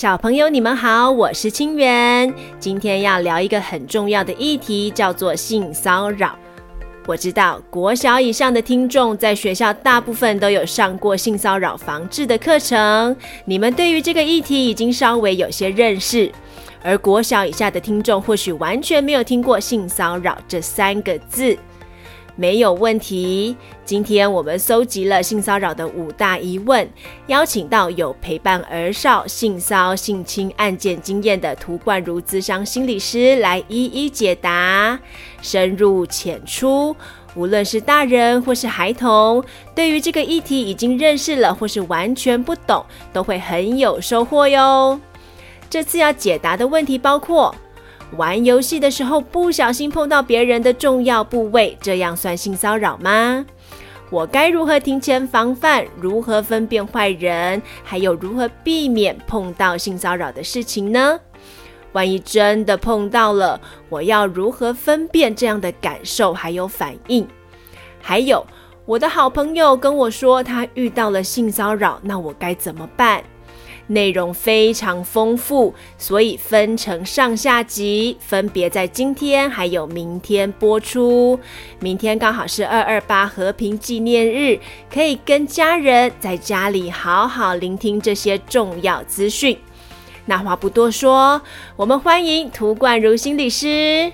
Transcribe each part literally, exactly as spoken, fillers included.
小朋友你们好，我是清源，今天要聊一个很重要的议题，叫做性骚扰。我知道国小以上的听众在学校大部分都有上过性骚扰防治的课程，你们对于这个议题已经稍微有些认识，而国小以下的听众或许完全没有听过性骚扰这三个字。没有问题，今天我们搜集了性骚扰的五大疑问，邀请到有陪伴儿少性骚性侵案件经验的涂冠如咨商心理师来一一解答，深入浅出，无论是大人或是孩童，对于这个议题已经认识了或是完全不懂，都会很有收获哟。这次要解答的问题包括玩游戏的时候不小心碰到别人的重要部位，这样算性骚扰吗？我该如何提前防范？如何分辨坏人？还有如何避免碰到性骚扰的事情呢？万一真的碰到了，我要如何分辨这样的感受还有反应？还有，我的好朋友跟我说他遇到了性骚扰，那我该怎么办？内容非常丰富，所以分成上下集，分别在今天还有明天播出。明天刚好是二二八和平纪念日，可以跟家人在家里好好聆听这些重要资讯。那话不多说，我们欢迎涂冠如心理师。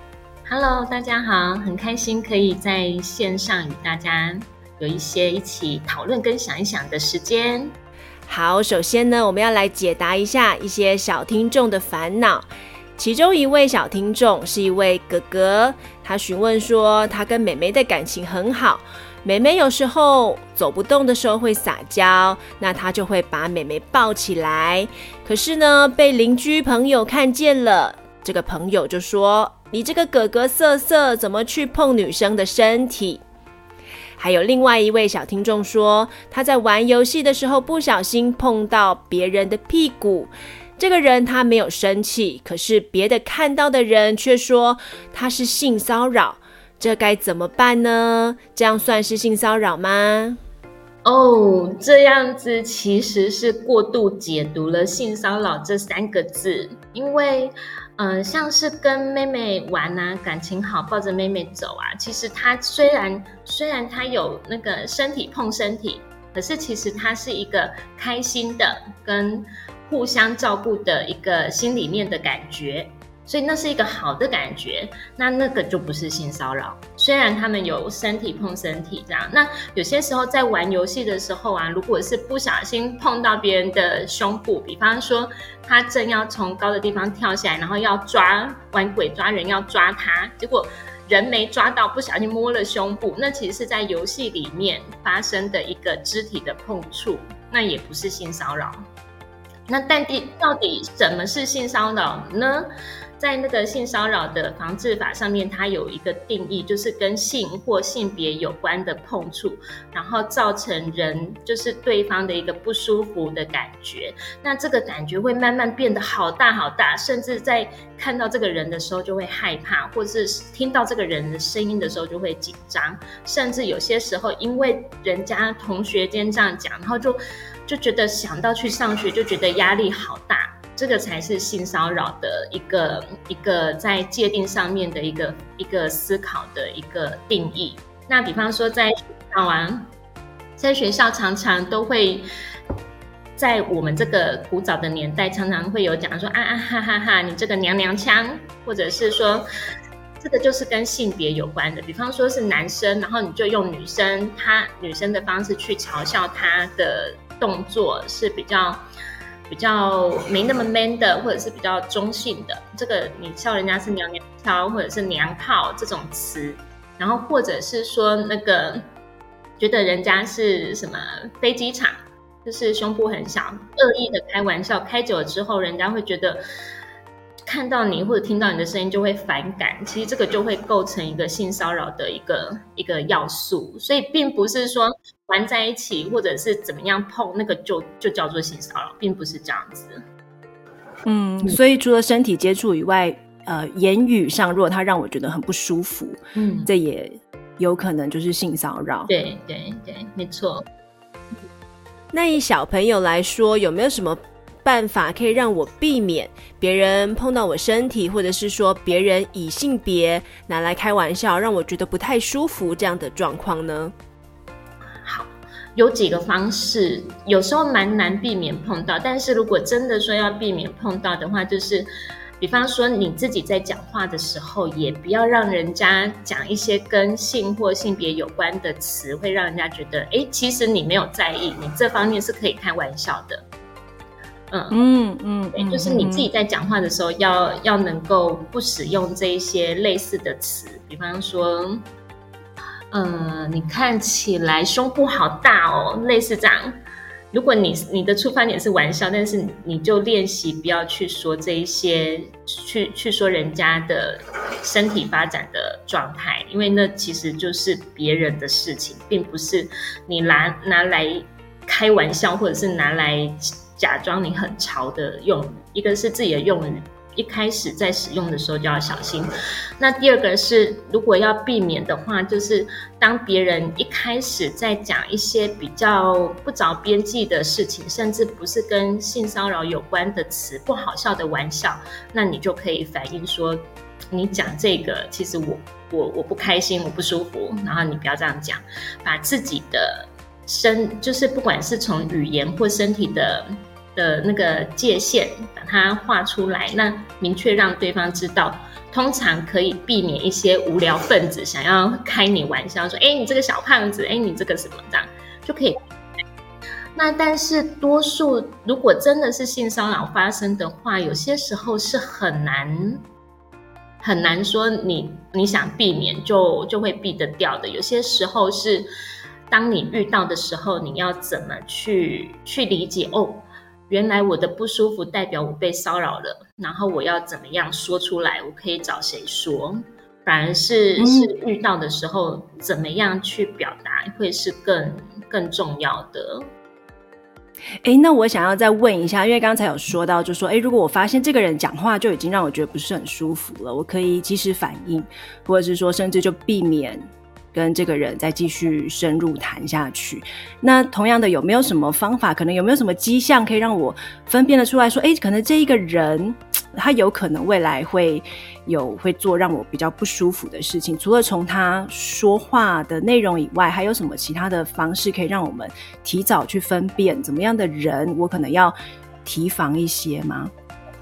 Hello， 大家好，很开心可以在线上与大家有一些一起讨论跟想一想的时间。 好，首先呢，我们要来解答一下一些小听众的烦恼。其中一位小听众是一位哥哥，他询问说他跟妹妹的感情很好，妹妹有时候走不动的时候会撒娇，那他就会把妹妹抱起来，可是呢被邻居朋友看见了，这个朋友就说你这个哥哥色色，怎么去碰女生的身体？还有另外一位小听众说，他在玩游戏的时候不小心碰到别人的屁股，这个人他没有生气，可是别的看到的人却说他是性骚扰，这该怎么办呢？这样算是性骚扰吗？ 哦，这样子其实是过度解读了性骚扰这三个字，因为呃，像是跟妹妹玩啊，感情好，抱着妹妹走啊，其实她虽然虽然她有那个身体碰身体，可是其实她是一个开心的跟互相照顾的一个心里面的感觉，所以那是一个好的感觉，那那个就不是性骚扰。虽然他们有身体碰身体这样，那有些时候在玩游戏的时候啊，如果是不小心碰到别人的胸部，比方说他正要从高的地方跳下来，然后要抓玩鬼抓人要抓他，结果人没抓到，不小心摸了胸部，那其实是在游戏里面发生的一个肢体的碰触，那也不是性骚扰。那但到底什么是性骚扰呢？在那个性骚扰的防治法上面，它有一个定义，就是跟性或性别有关的碰触，然后造成人就是对方的一个不舒服的感觉。那这个感觉会慢慢变得好大好大，甚至在看到这个人的时候就会害怕，或是听到这个人的声音的时候就会紧张，甚至有些时候因为人家同学间这样讲，然后就就觉得想到去上学就觉得压力好大。这个才是性骚扰的一个一个在界定上面的一个一个思考的一个定义。那比方说在学校啊，在学校常常都会在我们这个古早的年代，常常会有讲说啊啊哈哈哈，你这个娘娘腔，或者是说这个就是跟性别有关的。比方说是男生，然后你就用女生他女生的方式去嘲笑他的动作是比较。比较没那么 man 的，或者是比较中性的，这个你笑人家是娘娘腔或者是娘炮这种词，然后或者是说那个觉得人家是什么飞机场，就是胸部很小，恶意的开玩笑，开久了之后人家会觉得看到你或者听到你的声音就会反感，其实这个就会构成一个性骚扰的一个一个要素，所以并不是说玩在一起或者是怎么样碰那个就就叫做性骚扰，并不是这样子。 嗯，所以除了身体接触以外，呃，言语上如果他让我觉得很不舒服，嗯，这也有可能就是性骚扰。 对对对，没错。 那以小朋友来说，有没有什么办法可以让我避免别人碰到我身体，或者是说别人以性别拿来开玩笑，让我觉得不太舒服这样的状况呢？ 好，有几个方式，有时候蛮难避免碰到，但是如果真的说要避免碰到的话，就是比方说你自己在讲话的时候，也不要让人家讲一些跟性或性别有关的词，会让人家觉得哎，其实你没有在意，你这方面是可以开玩笑的。嗯嗯嗯，对，就是你自己在讲话的时候要要能够不使用这一些类似的词，比方说呃，你看起来胸部好大哦，类似这样。如果你你的出发点是玩笑，但是你就练习不要去说这一些，去去说人家的身体发展的状态，因为那其实就是别人的事情，并不是你拿拿来开玩笑，或者是拿来假装你很潮的用语。一个是自己的用语，一开始在使用的时候就要小心。那第二个是，如果要避免的话，就是当别人一开始在讲一些比较不着边际的事情，甚至不是跟性骚扰有关的词，不好笑的玩笑，那你就可以反映说，你讲这个其实我我我不开心，我不舒服，然后你不要这样讲，把自己的身，就是不管是从语言或身体的的那个界限把它画出来，那明确让对方知道，通常可以避免一些无聊分子想要开你玩笑，说哎你这个小胖子，哎你这个什么，这样就可以。那但是多数如果真的是性骚扰发生的话，有些时候是很难很难说你你想避免就就会避得掉的。有些时候是当你遇到的时候，你要怎么去去理解，哦原来我的不舒服代表我被骚扰了，然后我要怎么样说出来，我可以找谁说，反而是、嗯、是遇到的时候怎么样去表达会是更更重要的。 诶，那我想要再问一下，因为刚才有说到就说诶，如果我发现这个人讲话就已经让我觉得不是很舒服了，我可以及时反应，或者是说甚至就避免跟这个人再继续深入谈下去。那同样的，有没有什么方法，可能有没有什么迹象可以让我分辨得出来说，诶，可能这一个人他有可能未来会有会做让我比较不舒服的事情，除了从他说话的内容以外，还有什么其他的方式可以让我们提早去分辨怎么样的人我可能要提防一些吗？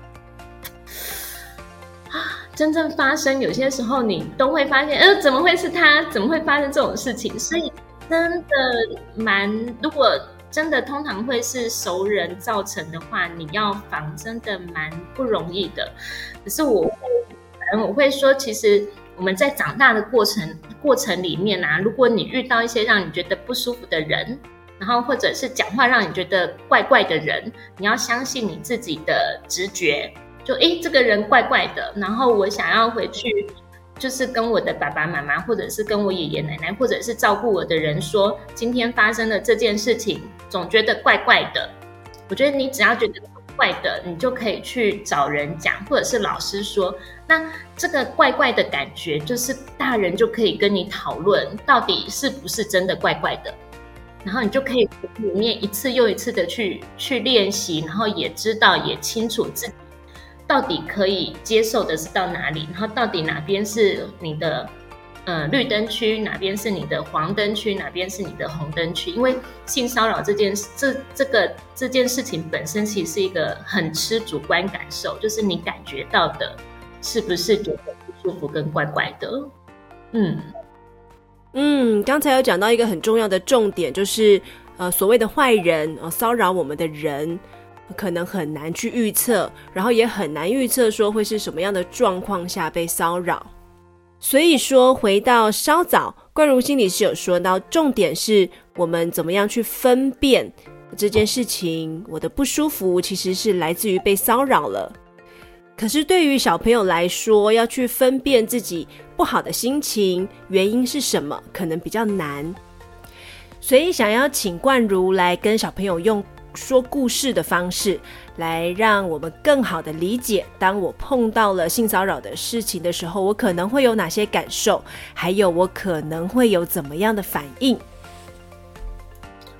真正发生，有些时候你都会发现，呃，怎么会是他？怎么会发生这种事情？所以真的蛮，如果真的通常会是熟人造成的话，你要防真的蛮不容易的。可是我会，我会说，其实我们在长大的过程过程里面啊，如果你遇到一些让你觉得不舒服的人，然后或者是讲话让你觉得怪怪的人，你要相信你自己的直觉。就诶这个人怪怪的，然后我想要回去就是跟我的爸爸妈妈，或者是跟我爷爷奶奶，或者是照顾我的人说，今天发生了这件事情，总觉得怪怪的。我觉得你只要觉得怪的，你就可以去找人讲，或者是老师说，那这个怪怪的感觉，就是大人就可以跟你讨论到底是不是真的怪怪的，然后你就可以里面一次又一次的去去练习，然后也知道也清楚自己到底可以接受的是到哪里，然后到底哪边是你的呃绿灯区，哪边是你的黄灯区，哪边是你的红灯区。因为性骚扰这件这这个这件事情本身其实是一个很吃主观感受，就是你感觉到的是不是觉得不舒服跟怪怪的。嗯嗯，刚才有讲到一个很重要的重点，就是呃所谓的坏人呃骚扰我们的人可能很难去预测，然后也很难预测说会是什么样的状况下被骚扰。所以说回到稍早冠如心理师有说到，重点是我们怎么样去分辨这件事情，我的不舒服其实是来自于被骚扰了。可是对于小朋友来说，要去分辨自己不好的心情原因是什么，可能比较难。所以想要请冠如来跟小朋友用说故事的方式来让我们更好的理解，当我碰到了性骚扰的事情的时候，我可能会有哪些感受，还有我可能会有怎么样的反应。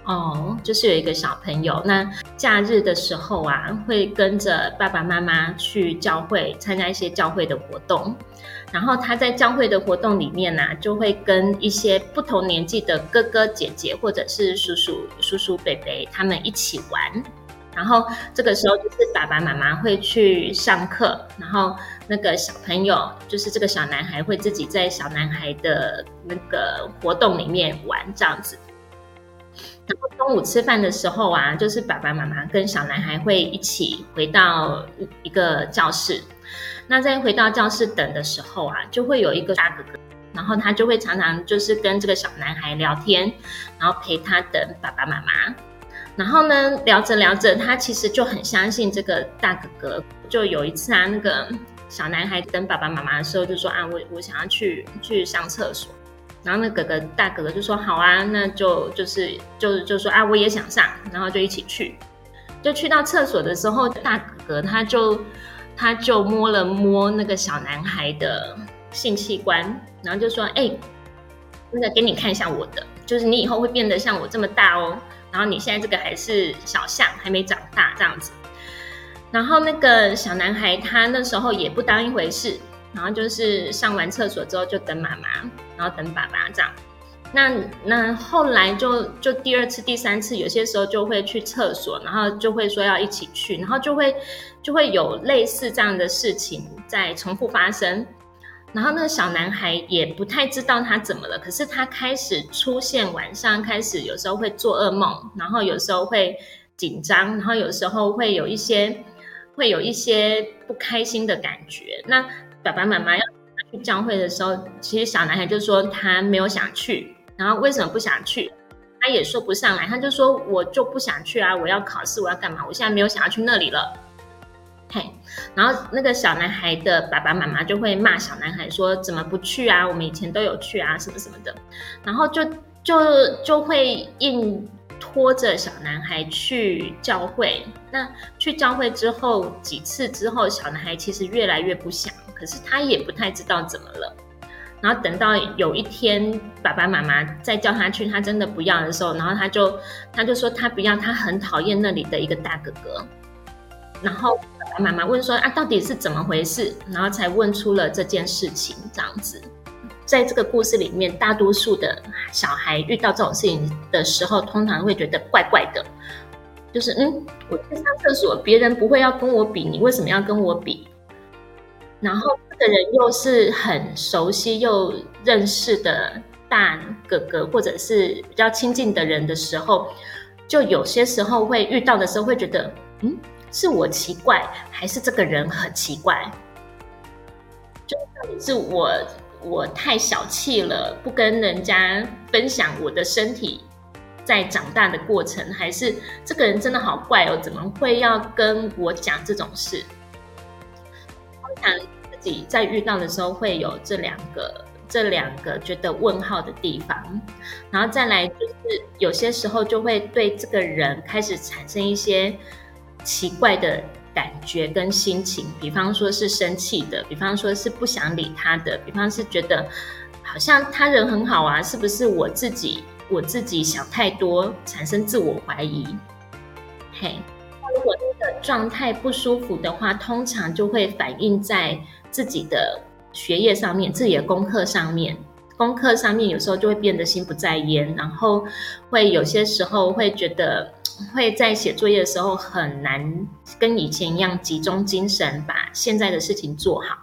哦，就是有一个小朋友，那假日的时候啊，会跟着爸爸妈妈去教会参加一些教会的活动，然后他在教会的活动里面啊，就会跟一些不同年纪的哥哥姐姐或者是叔叔叔叔伯伯他们一起玩。然后这个时候就是爸爸妈妈会去上课，然后那个小朋友就是这个小男孩会自己在小男孩的那个活动里面玩这样子。然后中午吃饭的时候啊，就是爸爸妈妈跟小男孩会一起回到一个教室。那在回到教室等的时候啊，就会有一个大哥哥，然后他就会常常就是跟这个小男孩聊天，然后陪他等爸爸妈妈。然后呢，聊着聊着，他其实就很相信这个大哥哥。就有一次啊，那个小男孩等爸爸妈妈的时候，就说啊，我我想要去去上厕所。然后那哥哥大哥哥就说好啊，那就就是就就说啊，我也想上，然后就一起去。就去到厕所的时候，大哥哥他就他就摸了摸那个小男孩的性器官，然后就说，哎、欸，那个给你看一下我的，就是你以后会变得像我这么大哦。然后你现在这个还是小象，还没长大这样子。然后那个小男孩他那时候也不当一回事。然后就是上完厕所之后就等妈妈，然后等爸爸这样。那那后来就就第二次、第三次，有些时候就会去厕所，然后就会说要一起去，然后就会就会有类似这样的事情在重复发生。然后那个小男孩也不太知道他怎么了，可是他开始出现晚上开始有时候会做噩梦，然后有时候会紧张，然后有时候会有一些会有一些不开心的感觉。那爸爸妈妈要去教会的时候，其实小男孩就说他没有想去，然后为什么不想去，他也说不上来，他就说我就不想去啊，我要考试，我要干嘛，我现在没有想要去那里了。嘿，然后那个小男孩的爸爸妈妈就会骂小男孩说怎么不去啊，我们以前都有去啊，什么什么的，然后就就就会硬拖着小男孩去教会。那去教会之后几次之后，小男孩其实越来越不想，可是他也不太知道怎么了。然后等到有一天爸爸妈妈再叫他去，他真的不要的时候，然后他就他就说他不要，他很讨厌那里的一个大哥哥。然后爸爸妈妈问说啊，到底是怎么回事？然后才问出了这件事情这样子。在这个故事里面，大多数的小孩遇到这种事情的时候，通常会觉得怪怪的，就是嗯，我去上厕所，别人不会要跟我比，你为什么要跟我比？然后这个人又是很熟悉又认识的大哥哥，或者是比较亲近的人的时候，就有些时候会遇到的时候会觉得，嗯，是我奇怪，还是这个人很奇怪？就到底是我我太小气了，不跟人家分享我的身体在长大的过程，还是这个人真的好怪哦，怎么会要跟我讲这种事？通常自己在遇到的时候会有这两个这两个觉得问号的地方，然后再来就是有些时候就会对这个人开始产生一些奇怪的感觉跟心情，比方说是生气的，比方说是不想理他的，比方是觉得好像他人很好啊，是不是我自己我自己想太多，产生自我怀疑。嘿，如果那个状态不舒服的话，通常就会反映在自己的学业上面，自己的功课上面。功课上面有时候就会变得心不在焉，然后会有些时候会觉得会在写作业的时候很难跟以前一样集中精神把现在的事情做好。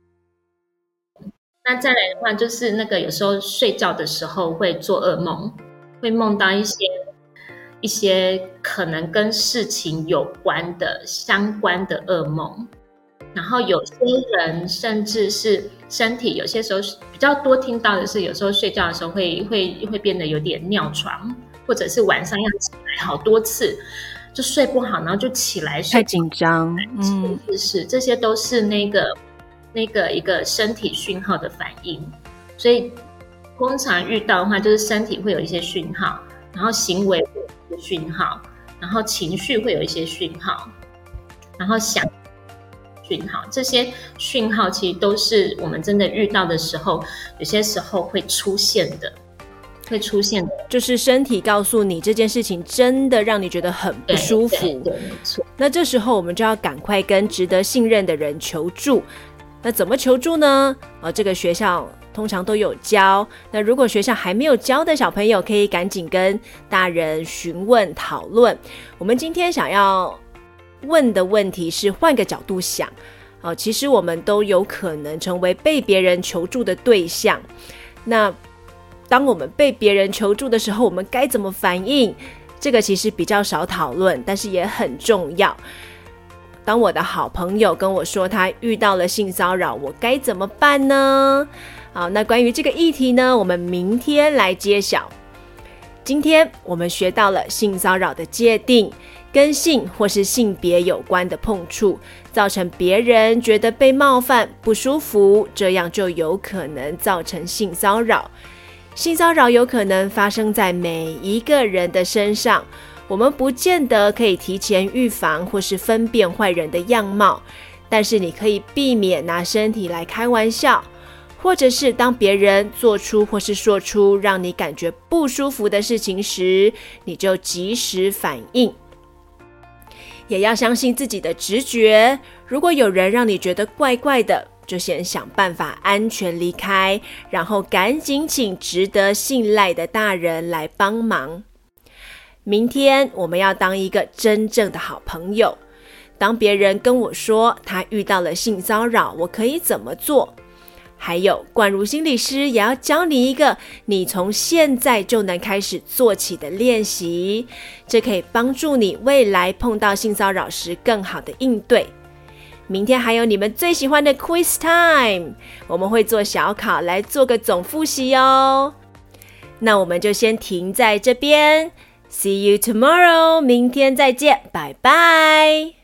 那再来的话就是那个有时候睡觉的时候会做噩梦，会梦到一些一些可能跟事情有关的相关的噩梦。然后有些人甚至是身体，有些时候比较多听到的是，有时候睡觉的时候会会会变得有点尿床，或者是晚上要起来好多次，就睡不好，然后就起来睡太紧张， 嗯，是是，这些都是那个那个一个身体讯号的反应。所以通常遇到的话，就是身体会有一些讯号，然后行为会有一些讯号，然后情绪会有一些讯号，然后想。讯号，这些讯号其实都是我们真的遇到的时候，有些时候会出现的。 会出现的， 就是身体告诉你这件事情真的让你觉得很不舒服。 对对对，没错。 那这时候我们就要赶快跟值得信任的人求助。那怎么求助呢？呃，这个学校通常都有教。那如果学校还没有教的小朋友，可以赶紧跟大人询问讨论。我们今天想要问的问题是换个角度想。呃、其实我们都有可能成为被别人求助的对象。那当我们被别人求助的时候，我们该怎么反应？这个其实比较少讨论，但是也很重要。当我的好朋友跟我说他遇到了性骚扰，我该怎么办呢？好，那关于这个议题呢，我们明天来揭晓。今天我们学到了性骚扰的界定，跟性或是性别有关的碰触，造成别人觉得被冒犯、不舒服，这样就有可能造成性骚扰。性骚扰有可能发生在每一个人的身上，我们不见得可以提前预防或是分辨坏人的样貌，但是你可以避免拿身体来开玩笑，或者是当别人做出或是说出让你感觉不舒服的事情时，你就及时反应。也要相信自己的直觉，如果有人让你觉得怪怪的，就先想办法安全离开，然后赶紧请值得信赖的大人来帮忙。明天我们要当一个真正的好朋友。当别人跟我说他遇到了性骚扰，我可以怎么做？还有，冠如心理师也要教你一个你从现在就能开始做起的练习，这可以帮助你未来碰到性骚扰时更好的应对。明天还有你们最喜欢的 Quiz Time， 我们会做小考来做个总复习哦。那我们就先停在这边，See you tomorrow， 明天再见，拜拜。